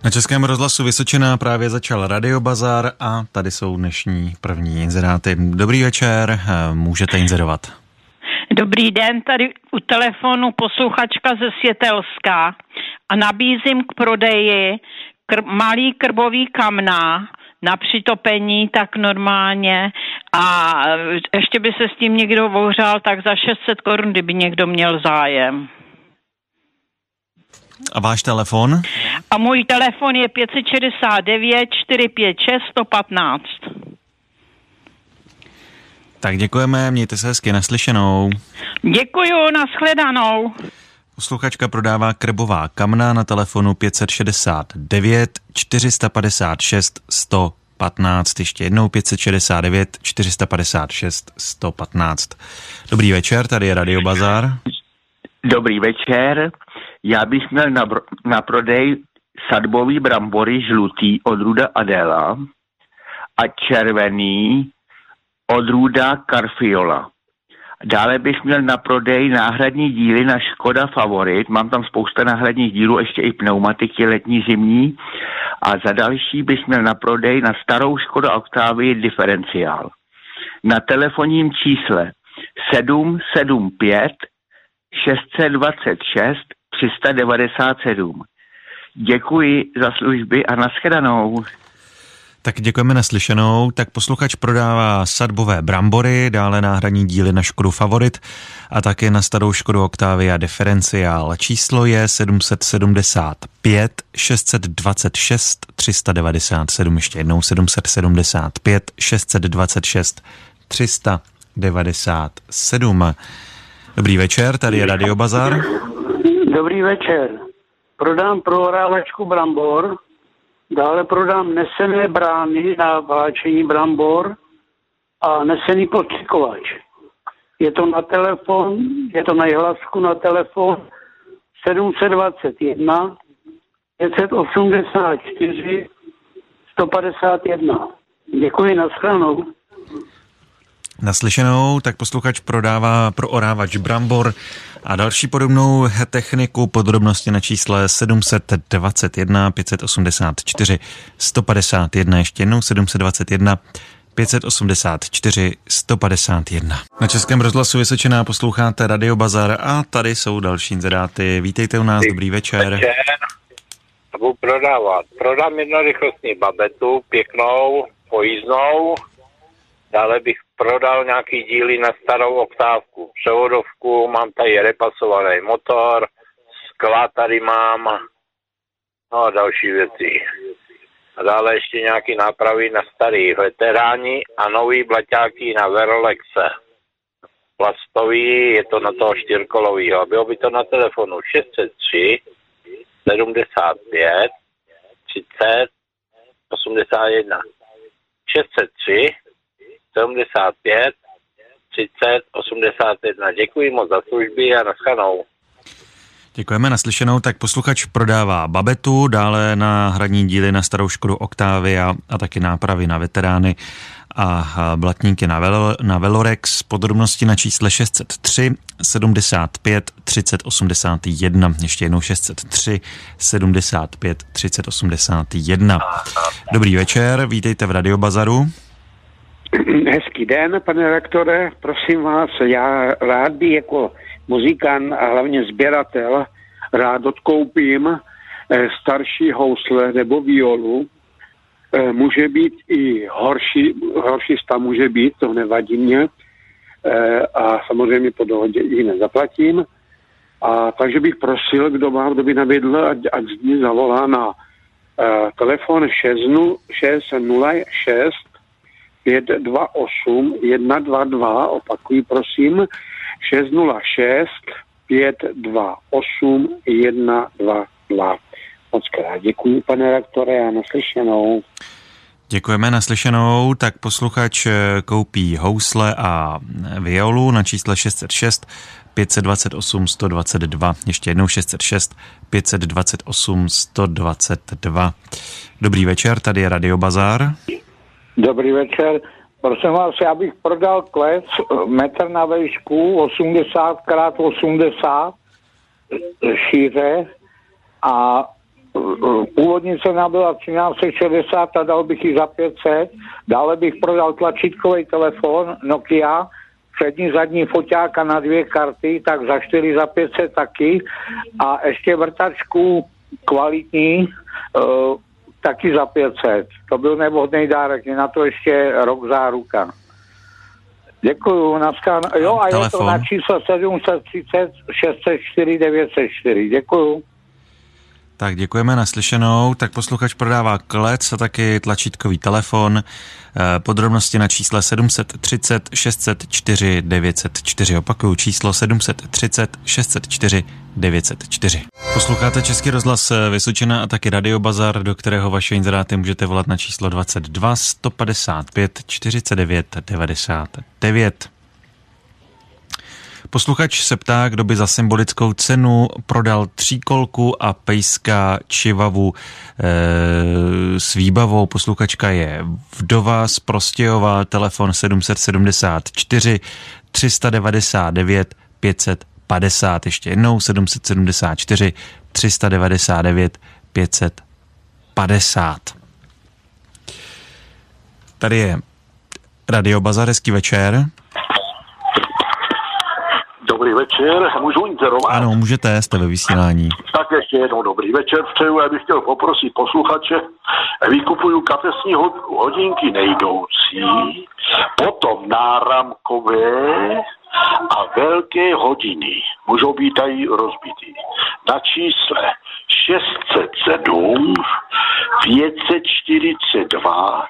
Na Českém rozhlasu Vysočina právě začal Radiobazar a tady jsou dnešní první inzeráty. Dobrý večer, můžete inzerovat. Dobrý den, tady u telefonu posluchačka ze Světelska a nabízím k prodeji malý krbový kamna na přitopení, tak normálně, a ještě by se s tím někdo ohřál, tak za 600 korun, kdyby někdo měl zájem. A váš telefon? A můj telefon je 569 456 115. Tak děkujeme, mějte se hezky, naslyšenou. Děkuju, nashledanou. Posluchačka prodává krbová kamna na telefonu 569 456 115. Ještě jednou 569 456 115. Dobrý večer, tady je Radiobazar. Dobrý večer. Já bych měl na prodej sadbový brambory žlutý odrůda Adela a červený odrůda Carfiola. Dále bych měl na prodej náhradní díly na Škoda Favorit. Mám tam spousta náhradních dílů, ještě i pneumatiky letní, zimní. A za další bych měl na prodej na starou Škoda Octavii diferenciál. Na telefonním čísle 775 626 397. Děkuji za služby a nashledanou. Tak děkujeme naslyšenou. Tak posluchač prodává sadbové brambory, dále náhradní díly na Škodu Favorit a také na starou Škodu Octavia diferenciál. Číslo je 775 626 397. Ještě jednou 775 626 397. Dobrý večer, tady je Radiobazar. Dobrý večer. Prodám prohrávačku brambor, dále prodám nesené brány na vláčení brambor a nesený podstřikovač. Je to na telefon, je to na hlasku na telefon 721 584 151. Děkuji, nashledanou. Naslyšenou, tak posluchač prodává proorávač brambor a další podobnou techniku, podrobnosti na čísle 721 584 151, ještě jednou 721 584 151. Na Českém rozhlasu Vysočina posloucháte Radiobazar a tady jsou další inzeráty. Vítejte u nás, dobrý večer. Budu prodávat. Prodám jednorychlostní babetu, pěknou, pojízdnou. Dále bych prodal nějaký díly na starou oktávku, převodovku, mám tady repasovaný motor, skla tady mám, no a další věci. A dále ještě nějaký nápravy na starý veteráni a nový blaťáky na Verolexe. Plastový, je to na toho čtyřkolovýho. Bylo by to na telefonu 603 75 30 81. 603 75 30 81. Děkuji moc za služby a nashledanou. Děkujeme, naslyšenou. Tak posluchač prodává babetu, dále náhradní díly na starou Škodu Octavia a taky nápravy na veterány a blatníky na Velorex. Podrobnosti na čísle 603 75 30 81. Ještě jednou 603 75 30 81. Dobrý večer, vítejte v Radiobazaru. Hezký den, pane rektore, prosím vás, já rád bych jako muzikant a hlavně sběratel rád odkoupím starší housle nebo violu. Může být i horší stav může být, to nevadí mě. A samozřejmě po dohodě ji nezaplatím. A takže bych prosil, kdo by nabídl, ať z ní zavolá na telefon 606 528 122, opakuji prosím, 606 528 122. Moc krát děkuji, pane rektore, a naslyšenou. Děkujeme, naslyšenou. Tak posluchač koupí housle a violu na čísle 606 528 122. Ještě jednou 606 528 122. Dobrý večer, tady je Radiobazar. Dobrý večer. Prosím vás, já bych prodal klec, metr na výšku, 80x80 šíře a Původní cena byla 1360 a dal bych ji za 500. Dále bych prodal tlačítkový telefon Nokia, přední zadní foťáka na 2 karty, tak za 4 za 500 taky. A ještě vrtačku kvalitní, taky za 500. To byl nevhodný dárek, je na to ještě rok záruka. Děkuju, jo, a je to na číslo 730 604 904. Děkuju. Tak děkujeme, naslyšenou. Tak posluchač prodává klec a taky tlačítkový telefon. Podrobnosti na čísle 730 604 904. Opakuju číslo 730 604 904. Posloucháte Český rozhlas Vysočina a taky Radio Bazar, do kterého vaše inzeráty můžete volat na číslo 22 155 49 99. Posluchač se ptá, kdo by za symbolickou cenu prodal tříkolku a pejska čivavu s výbavou. Posluchačka je vdova z Prostějova, telefon 774 399 550. Ještě jednou 774 399 550. Tady je Radio Bazar, hezký večer. Dobrý večer, můžu inzerovat? Ano, můžete, jste ve vysílání. Tak ještě jednou dobrý večer přeju, já bych chtěl poprosit posluchače, vykupuju kapesní hodinky nejdoucí, potom náramkové a velké hodiny, můžou být i rozbitý. Na čísle 607 542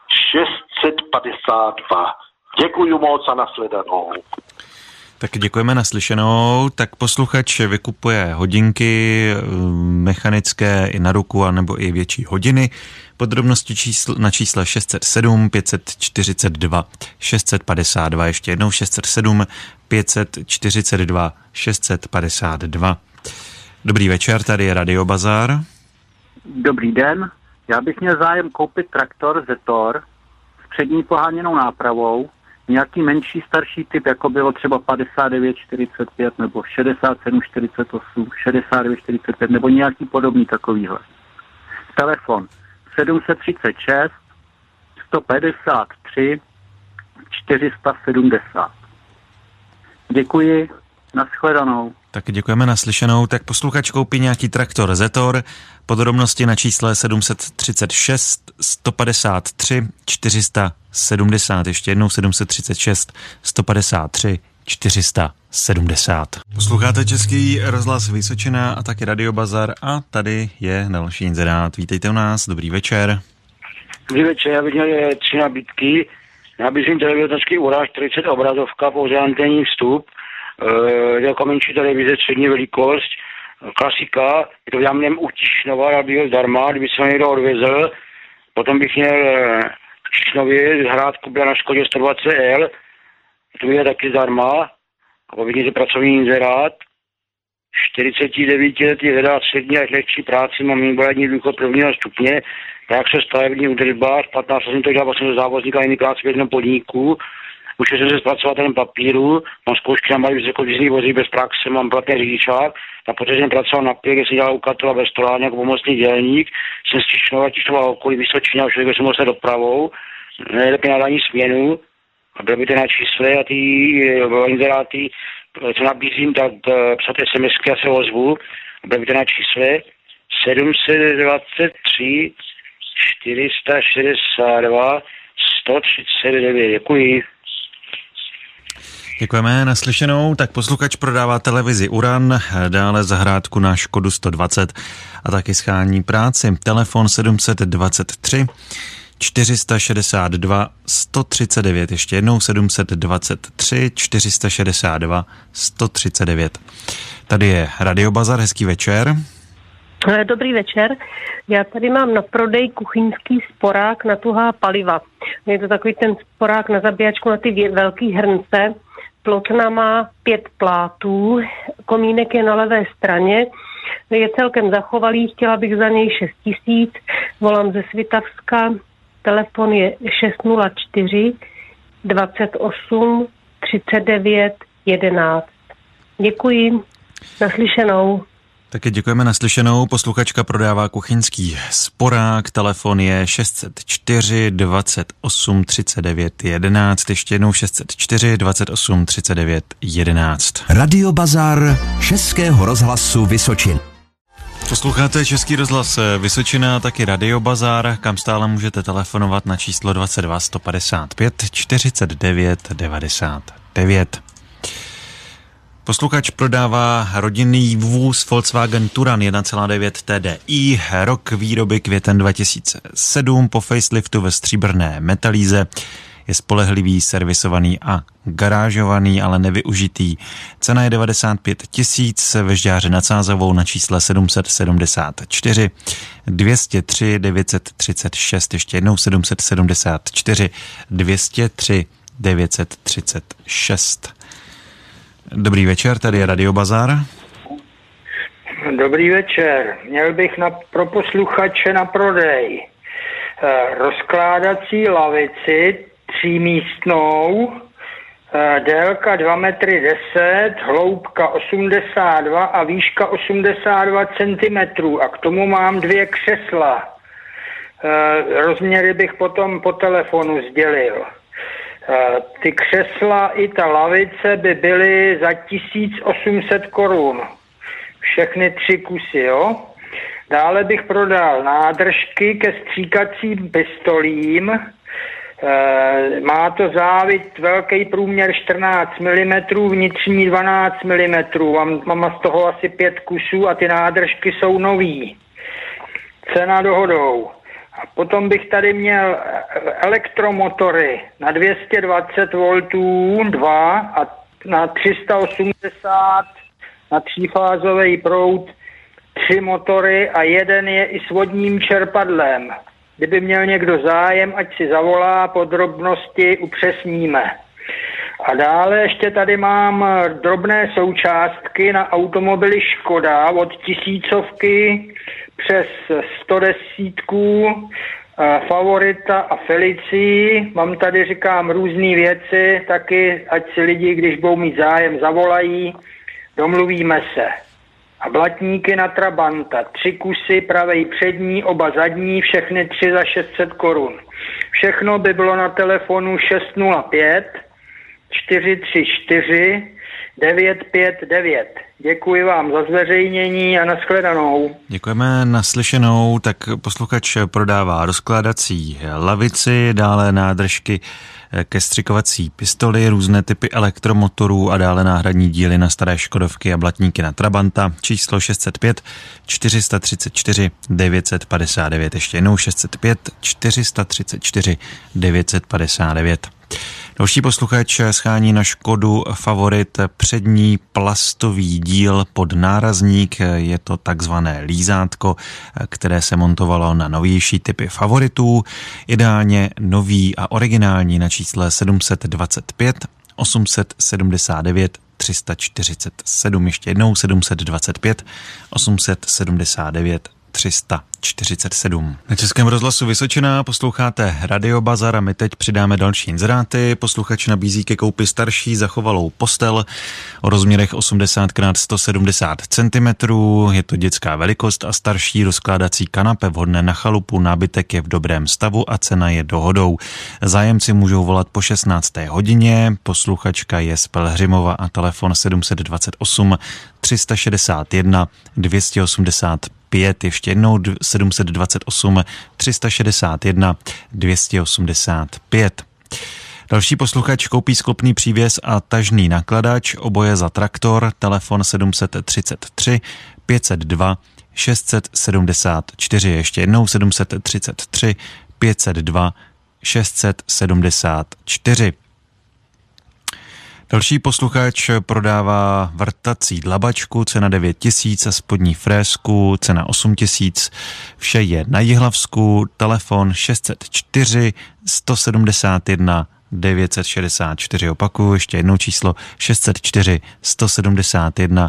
652. Děkuju moc a nasledanou. Tak děkujeme, naslyšenou. Tak posluchač vykupuje hodinky mechanické i na ruku, anebo i větší hodiny. Podrobnosti na čísle 607 542 652. Ještě jednou 607 542 652. Dobrý večer, tady je Radio Bazar. Dobrý den, já bych měl zájem koupit traktor Zetor s přední poháněnou nápravou, nějaký menší, starší typ, jako bylo třeba 5945 nebo 6748, 6945 nebo nějaký podobný takovýhle. Telefon 736 153 470. Děkuji, nashledanou. Tak děkujeme, naslyšenou. Tak posluchač koupí nějaký traktor Zetor. Podrobnosti na čísle 736 153 470. Ještě jednou 736 153 470. Posloucháte Český rozhlas Vysočina a taky Radio Bazar a tady je další inzerát. Vítejte u nás, dobrý večer. Dobrý večer, já bych měl 3 nabídky. Nabízím televizorský Uráž 40 obrazovka, pouze anténní vstup. Jako menší televize, střední velikost, klasika, je to dělám u Tišnova, a byl zdarma, kdyby se ho někdo odvezl. Potom bych měl v Tišnově hrádku byla na Škodě 120L, to bylo taky zdarma. A povědně pracovní inzerát. 49 letý hledá střední až lehčí práci, mám invalidní důchod prvního stupně, jak se stavební údržbář, 15 jsem to dělal vlastně do závozníka jiný krát v jednom podniku. Učil jsem se zpracovatelem papíru, mám zkoušky na malý vysokovízný vozík bez praxe, mám platný řidičák, a protože jsem pracoval na pěk, jsem dělal u Katova ve Stolárně jako pomocný dělník, jsem z Tišnova okolí Vysočina, a člověk jsem mohl se dopravou, nejlepší na ranní směnu, a bylo by to na čísle a ty inzeráty, co nabízím, tak psat SMS-ky a se ozvu, a bylo by to na čísle 723 462 139. Děkuji. Děkujeme, naslyšenou. Tak posluchač prodává televizi Uran, dále zahrádku na Škodu 120 a taky schání práci. Telefon 723 462 139. Ještě jednou 723 462 139. Tady je Radio Bazar, hezký večer. Dobrý večer. Já tady mám na prodej kuchyňský sporák na tuhá paliva. Je to takový ten sporák na zabíjačku na ty velký hrnce. Plotna má 5 plátů, komínek je na levé straně, je celkem zachovalý, chtěla bych za něj 6 000, volám ze Svitavska, telefon je 604 28 39 11. Děkuji, naslyšenou. Taky děkujeme naslyšenou. Posluchačka prodává kuchyňský sporák, telefon je 604 28 39 11, ještě jednou 604 28 39 11. Radio Bazar Českého rozhlasu Vysočin. Posloucháte Český rozhlas Vysočina, taky Radio Bazar, kam stále můžete telefonovat na číslo 22 155 49 99. Posluchač prodává rodinný vůz Volkswagen Touran 1,9 TDI, rok výroby květen 2007, po faceliftu ve stříbrné metalíze. Je spolehlivý, servisovaný a garážovaný, ale nevyužitý. Cena je 95 000, ve Žďáře nad Sázavou na čísle 774 203 936, ještě jednou 774 203 936. Dobrý večer, tady je Radio Bazar. Dobrý večer. Měl bych pro posluchače na prodej rozkládací lavici 3místnou, délka 2,10 m, hloubka 82 a výška 82 cm a k tomu mám 2 křesla. Rozměry bych potom po telefonu sdělil. Ty křesla i ta lavice by byly za 1800 korun. Všechny 3 kusy, jo? Dále bych prodal nádržky ke stříkacím pistolím. Má to závit velký průměr 14 mm, vnitřní 12 mm. Mám z toho asi 5 kusů a ty nádržky jsou nový. Cena dohodou. A potom bych tady měl elektromotory na 220 V 2 a na 380 na třífázový proud 3 motory a jeden je i s vodním čerpadlem. Kdyby měl někdo zájem, ať si zavolá, podrobnosti upřesníme. A dále ještě tady mám drobné součástky na automobily Škoda od 1000 přes 110, Favorita a Felicii. Mám tady, říkám, různé věci, taky, ať si lidi, když budou mít zájem, zavolají, domluvíme se. A blatníky na Trabanta, 3 kusy, pravej přední, oba zadní, všechny 3 za 600 korun. Všechno by bylo na telefonu 605 434 959. Děkuji vám za zveřejnění a nashledanou. Děkujeme, naslyšenou. Tak posluchač prodává rozkládací lavici, dále nádržky ke střikovací pistoli, různé typy elektromotorů a dále náhradní díly na staré Škodovky a blatníky na Trabanta. Číslo 605 434 959. Ještě jednou 605 434 959. Další posluchač schání na Škodu Favorit přední plastový díl pod nárazník. Je to takzvané lízátko, které se montovalo na novější typy Favoritů. Ideálně nový a originální na čísle 725 879 347. Ještě jednou 725 879 347. Na Českém rozhlasu Vysočina posloucháte Radio Bazar a my teď přidáme další inzeráty. Posluchač nabízí ke koupi starší zachovalou postel o rozměrech 80x170 cm. Je to dětská velikost a starší rozkládací kanape vhodné na chalupu. Nábytek je v dobrém stavu a cena je dohodou. Zájemci můžou volat po 16. hodině. Posluchačka je z Pelhřimova a telefon 728 361 285. Ještě jednou 728 361 285. Další posluchač koupí sklopný přívěs a tažný nakladač, oboje za traktor, telefon 733 502 674. Ještě jednou 733 502 674. Další posluchač prodává vrtací dlabačku, cena 9 000 a spodní frésku, cena 8 000. Vše je na Jihlavsku, telefon 604 171 964. Opakuju ještě jednou číslo 604 171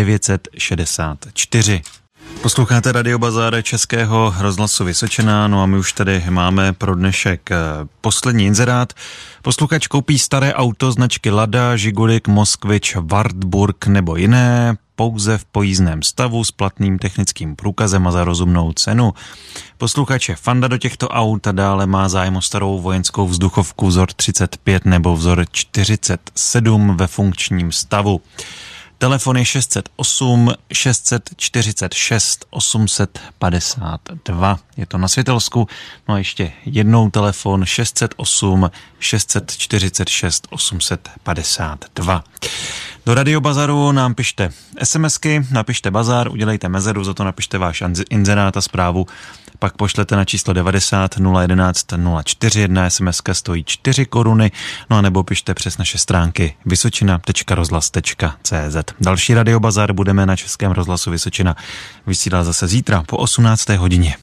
964. Posloucháte Radio Bazar Českého rozhlasu Vysočina, no a my už tady máme pro dnešek poslední inzerát. Posluchač koupí staré auto značky Lada, Žigulik, Moskvič, Wartburg nebo jiné. pouze v pojízdném stavu s platným technickým průkazem a za rozumnou cenu. Posluchače Fanda do těchto aut a dále má zájem o starou vojenskou vzduchovku vzor 35 nebo vzor 47 ve funkčním stavu. Telefon je 608 646 852. Je to na Světelsku. No a ještě jednou telefon 608 646 852. Do Radiobazaru nám pište SMSky, napište bazar, udělejte mezeru, za to napište váš inzerát a zprávu, pak pošlete na číslo 90 011 04, jedna SMSka stojí 4 koruny, no a nebo pište přes naše stránky vysočina.rozhlas.cz. Další Radiobazar budeme na Českém rozhlasu Vysočina vysílat zase zítra po 18. hodině.